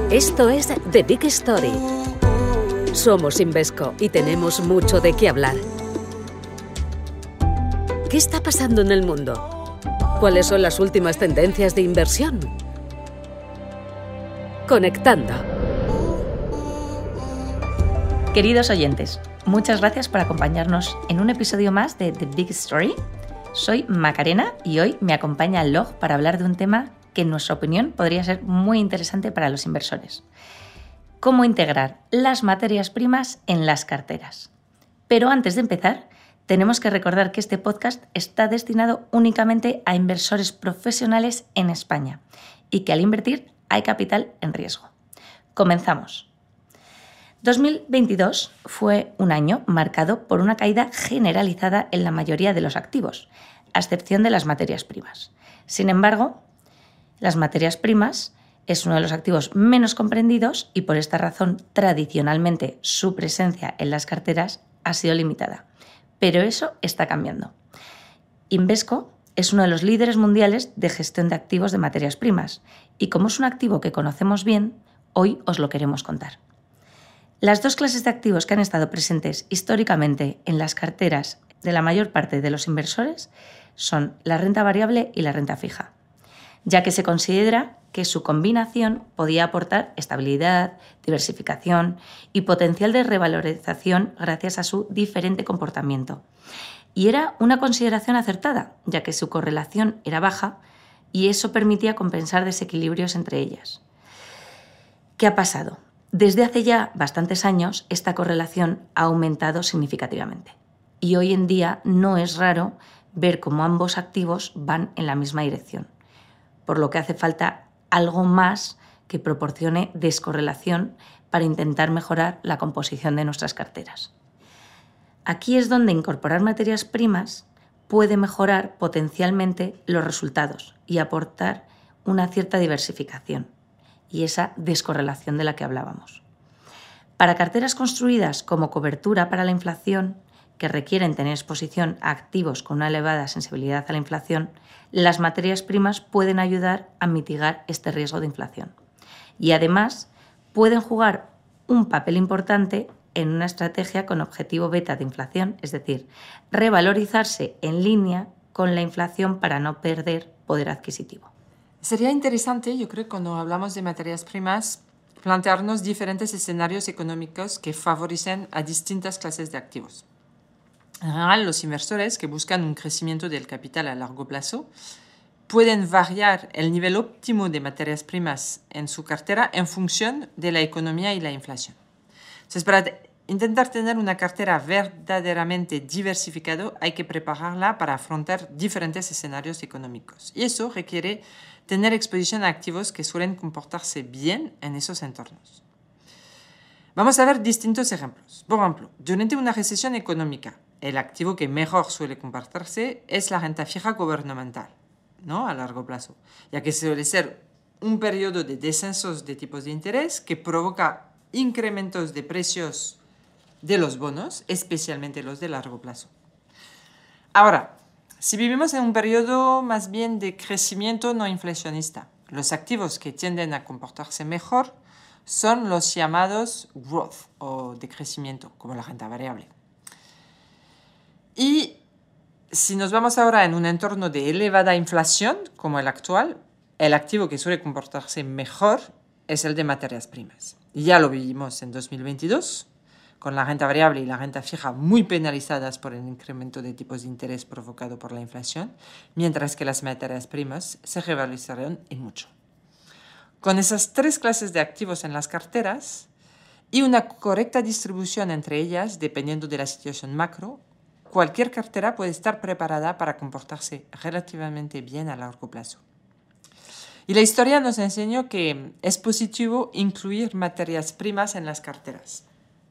Esto es The Big Story. Somos Invesco y tenemos mucho de qué hablar. ¿Qué está pasando en el mundo? ¿Cuáles son las últimas tendencias de inversión? Conectando. Queridos oyentes, muchas gracias por acompañarnos en un episodio más de The Big Story. Soy Macarena y hoy me acompaña Log para hablar de un tema que en nuestra opinión podría ser muy interesante para los inversores. Cómo integrar las materias primas en las carteras. Pero antes de empezar, tenemos que recordar que este podcast está destinado únicamente a inversores profesionales en España y que al invertir hay capital en riesgo. Comenzamos. 2022 fue un año marcado por una caída generalizada en la mayoría de los activos, a excepción de las materias primas. Sin embargo, las materias primas es uno de los activos menos comprendidos y por esta razón tradicionalmente su presencia en las carteras ha sido limitada. Pero eso está cambiando. Invesco es uno de los líderes mundiales de gestión de activos de materias primas y como es un activo que conocemos bien, hoy os lo queremos contar. Las dos clases de activos que han estado presentes históricamente en las carteras de la mayor parte de los inversores son la renta variable y la renta fija, ya que se considera que su combinación podía aportar estabilidad, diversificación y potencial de revalorización gracias a su diferente comportamiento. Y era una consideración acertada, ya que su correlación era baja y eso permitía compensar desequilibrios entre ellas. ¿Qué ha pasado? Desde hace ya bastantes años, esta correlación ha aumentado significativamente. Y hoy en día no es raro ver cómo ambos activos van en la misma dirección, por lo que hace falta algo más que proporcione descorrelación para intentar mejorar la composición de nuestras carteras. Aquí es donde incorporar materias primas puede mejorar potencialmente los resultados y aportar una cierta diversificación y esa descorrelación de la que hablábamos. Para carteras construidas como cobertura para la inflación, que requieren tener exposición a activos con una elevada sensibilidad a la inflación, las materias primas pueden ayudar a mitigar este riesgo de inflación. Y además pueden jugar un papel importante en una estrategia con objetivo beta de inflación, es decir, revalorizarse en línea con la inflación para no perder poder adquisitivo. Sería interesante, yo creo, cuando hablamos de materias primas, plantearnos diferentes escenarios económicos que favorecen a distintas clases de activos. En general, los inversores que buscan un crecimiento del capital a largo plazo pueden variar el nivel óptimo de materias primas en su cartera en función de la economía y la inflación. Entonces, para intentar tener una cartera verdaderamente diversificada, hay que prepararla para afrontar diferentes escenarios económicos. Y eso requiere tener exposición a activos que suelen comportarse bien en esos entornos. Vamos a ver distintos ejemplos. Por ejemplo, durante una recesión económica, el activo que mejor suele comportarse es la renta fija gubernamental, ¿no? A largo plazo, ya que suele ser un periodo de descensos de tipos de interés que provoca incrementos de precios de los bonos, especialmente los de largo plazo. Ahora, si vivimos en un periodo más bien de crecimiento no inflacionista, los activos que tienden a comportarse mejor son los llamados growth o de crecimiento, como la renta variable. Y si nos vamos ahora en un entorno de elevada inflación, como el actual, el activo que suele comportarse mejor es el de materias primas. Y ya lo vivimos en 2022, con la renta variable y la renta fija muy penalizadas por el incremento de tipos de interés provocado por la inflación, mientras que las materias primas se revalorizaron en mucho. Con esas tres clases de activos en las carteras y una correcta distribución entre ellas, dependiendo de la situación macro, cualquier cartera puede estar preparada para comportarse relativamente bien a largo plazo. Y la historia nos enseñó que es positivo incluir materias primas en las carteras.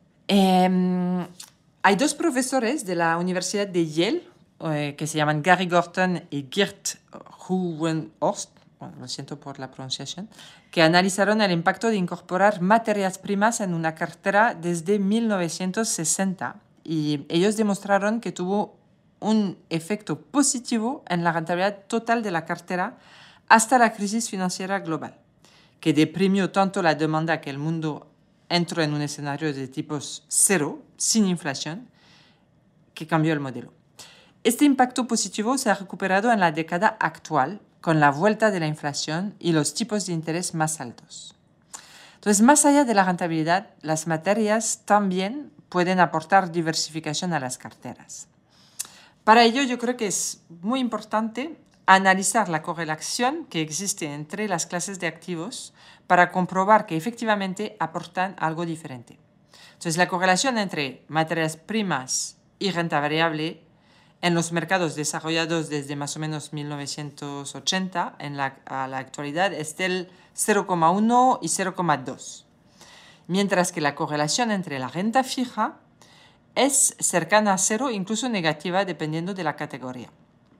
Hay dos profesores de la Universidad de Yale que se llaman Gary Gorton y Geert Hoevenhorst, lo siento por la pronunciación, que analizaron el impacto de incorporar materias primas en una cartera desde 1960. Y ellos demostraron que tuvo un efecto positivo en la rentabilidad total de la cartera hasta la crisis financiera global, que deprimió tanto la demanda que el mundo entró en un escenario de tipos cero, sin inflación, que cambió el modelo. Este impacto positivo se ha recuperado en la década actual con la vuelta de la inflación y los tipos de interés más altos. Entonces, más allá de la rentabilidad, las materias también pueden aportar diversificación a las carteras. Para ello, yo creo que es muy importante analizar la correlación que existe entre las clases de activos para comprobar que efectivamente aportan algo diferente. Entonces, la correlación entre materias primas y renta variable en los mercados desarrollados desde más o menos 1980 a la actualidad es del 0,1 y 0,2, mientras que la correlación entre la renta fija es cercana a cero, incluso negativa, dependiendo de la categoría.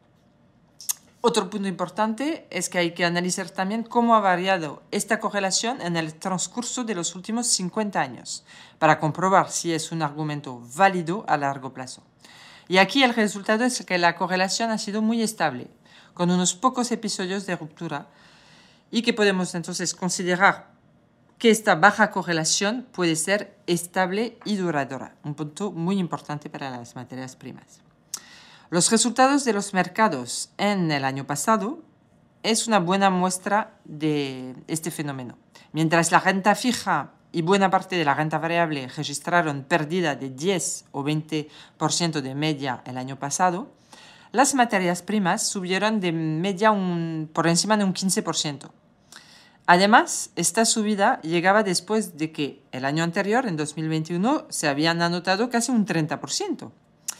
Otro punto importante es que hay que analizar también cómo ha variado esta correlación en el transcurso de los últimos 50 años, para comprobar si es un argumento válido a largo plazo. Y aquí el resultado es que la correlación ha sido muy estable, con unos pocos episodios de ruptura, y que podemos entonces considerar que esta baja correlación puede ser estable y duradera, un punto muy importante para las materias primas. Los resultados de los mercados en el año pasado es una buena muestra de este fenómeno. Mientras la renta fija y buena parte de la renta variable registraron pérdida de 10 o 20% de media el año pasado, las materias primas subieron de media por encima de un 15%. Además, esta subida llegaba después de que el año anterior, en 2021, se habían anotado casi un 30%.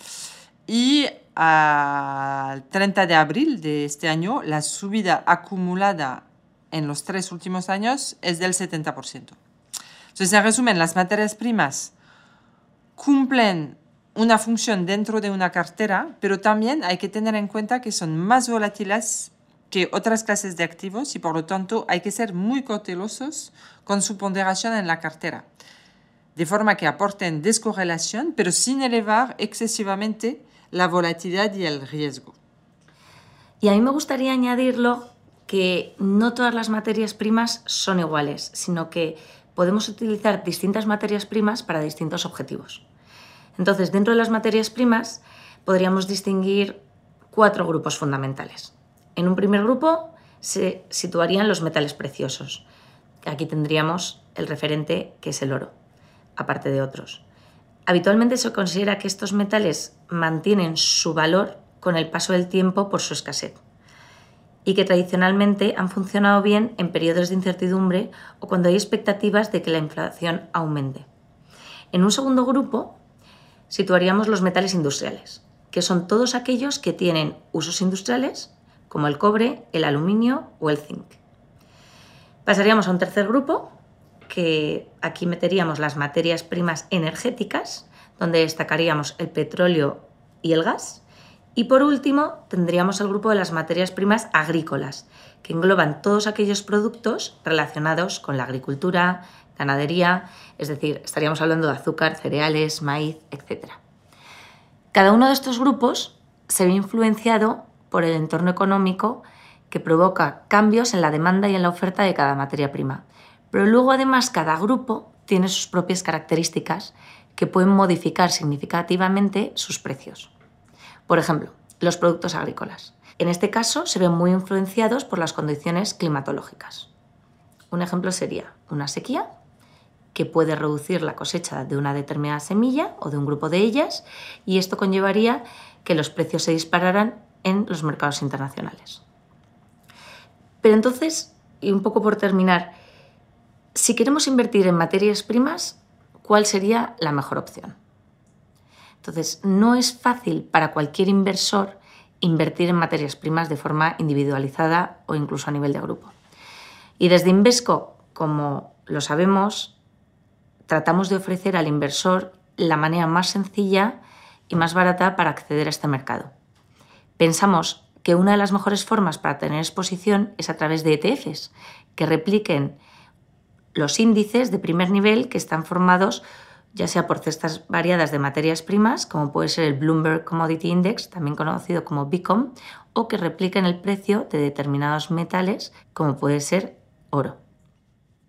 Y al 30 de abril de este año, la subida acumulada en los 3 últimos años es del 70%. Entonces, en resumen, las materias primas cumplen una función dentro de una cartera, pero también hay que tener en cuenta que son más volátiles que otras clases de activos y por lo tanto hay que ser muy cautelosos con su ponderación en la cartera, de forma que aporten descorrelación, pero sin elevar excesivamente la volatilidad y el riesgo. Y a mí me gustaría añadirlo que no todas las materias primas son iguales, sino que podemos utilizar distintas materias primas para distintos objetivos. Entonces, dentro de las materias primas podríamos distinguir 4 grupos fundamentales. En un primer grupo se situarían los metales preciosos. Aquí tendríamos el referente que es el oro, aparte de otros. Habitualmente se considera que estos metales mantienen su valor con el paso del tiempo por su escasez y que tradicionalmente han funcionado bien en periodos de incertidumbre o cuando hay expectativas de que la inflación aumente. En un segundo grupo situaríamos los metales industriales, que son todos aquellos que tienen usos industriales como el cobre, el aluminio o el zinc. Pasaríamos a un tercer grupo, que aquí meteríamos las materias primas energéticas, donde destacaríamos el petróleo y el gas. Y por último, tendríamos el grupo de las materias primas agrícolas, que engloban todos aquellos productos relacionados con la agricultura, ganadería, es decir, estaríamos hablando de azúcar, cereales, maíz, etc. Cada uno de estos grupos se ve influenciado por el entorno económico que provoca cambios en la demanda y en la oferta de cada materia prima. Pero luego, además, cada grupo tiene sus propias características que pueden modificar significativamente sus precios. Por ejemplo, los productos agrícolas. En este caso, se ven muy influenciados por las condiciones climatológicas. Un ejemplo sería una sequía que puede reducir la cosecha de una determinada semilla o de un grupo de ellas, y esto conllevaría que los precios se dispararan en los mercados internacionales. Pero entonces, y un poco por terminar, si queremos invertir en materias primas, ¿cuál sería la mejor opción? Entonces, no es fácil para cualquier inversor invertir en materias primas de forma individualizada o incluso a nivel de grupo. Y desde Invesco, como lo sabemos, tratamos de ofrecer al inversor la manera más sencilla y más barata para acceder a este mercado. Pensamos que una de las mejores formas para tener exposición es a través de ETFs, que repliquen los índices de primer nivel que están formados ya sea por cestas variadas de materias primas, como puede ser el Bloomberg Commodity Index, también conocido como BCOM, o que repliquen el precio de determinados metales, como puede ser oro.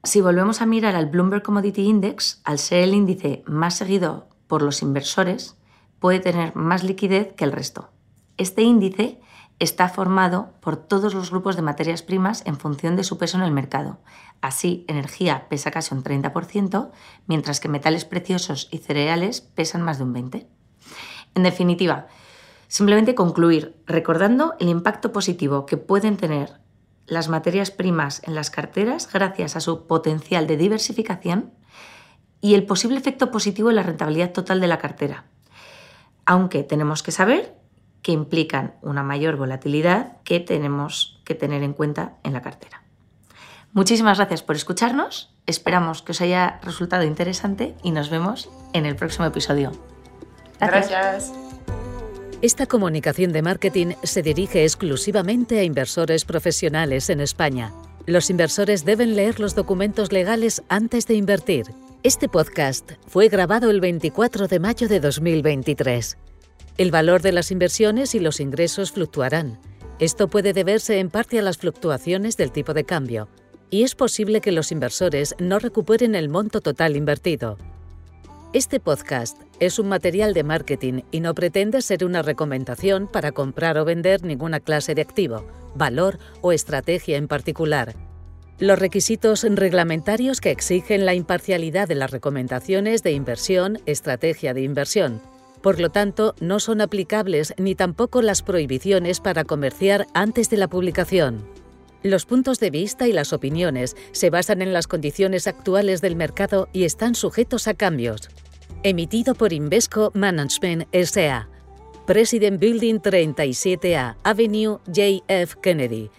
Si volvemos a mirar al Bloomberg Commodity Index, al ser el índice más seguido por los inversores, puede tener más liquidez que el resto. Este índice está formado por todos los grupos de materias primas en función de su peso en el mercado. Así, energía pesa casi un 30%, mientras que metales preciosos y cereales pesan más de un 20%. En definitiva, simplemente concluir recordando el impacto positivo que pueden tener las materias primas en las carteras gracias a su potencial de diversificación y el posible efecto positivo en la rentabilidad total de la cartera. Aunque tenemos que saber que implican una mayor volatilidad que tenemos que tener en cuenta en la cartera. Muchísimas gracias por escucharnos, esperamos que os haya resultado interesante y nos vemos en el próximo episodio. Gracias. Esta comunicación de marketing se dirige exclusivamente a inversores profesionales en España. Los inversores deben leer los documentos legales antes de invertir. Este podcast fue grabado el 24 de mayo de 2023. El valor de las inversiones y los ingresos fluctuarán. Esto puede deberse en parte a las fluctuaciones del tipo de cambio, y es posible que los inversores no recuperen el monto total invertido. Este podcast es un material de marketing y no pretende ser una recomendación para comprar o vender ninguna clase de activo, valor o estrategia en particular. Los requisitos reglamentarios que exigen la imparcialidad de las recomendaciones de inversión, estrategia de inversión. Por lo tanto, no son aplicables ni tampoco las prohibiciones para comerciar antes de la publicación. Los puntos de vista y las opiniones se basan en las condiciones actuales del mercado y están sujetos a cambios. Emitido por Invesco Management S.A. President Building 37A, Avenue J.F. Kennedy,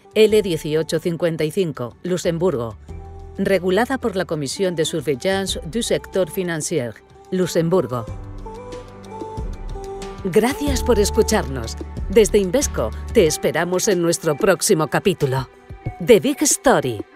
L1855, Luxemburgo. Regulada por la Comisión de Surveillance du Secteur Financier, Luxemburgo. Gracias por escucharnos. Desde Invesco te esperamos en nuestro próximo capítulo. The Big Story.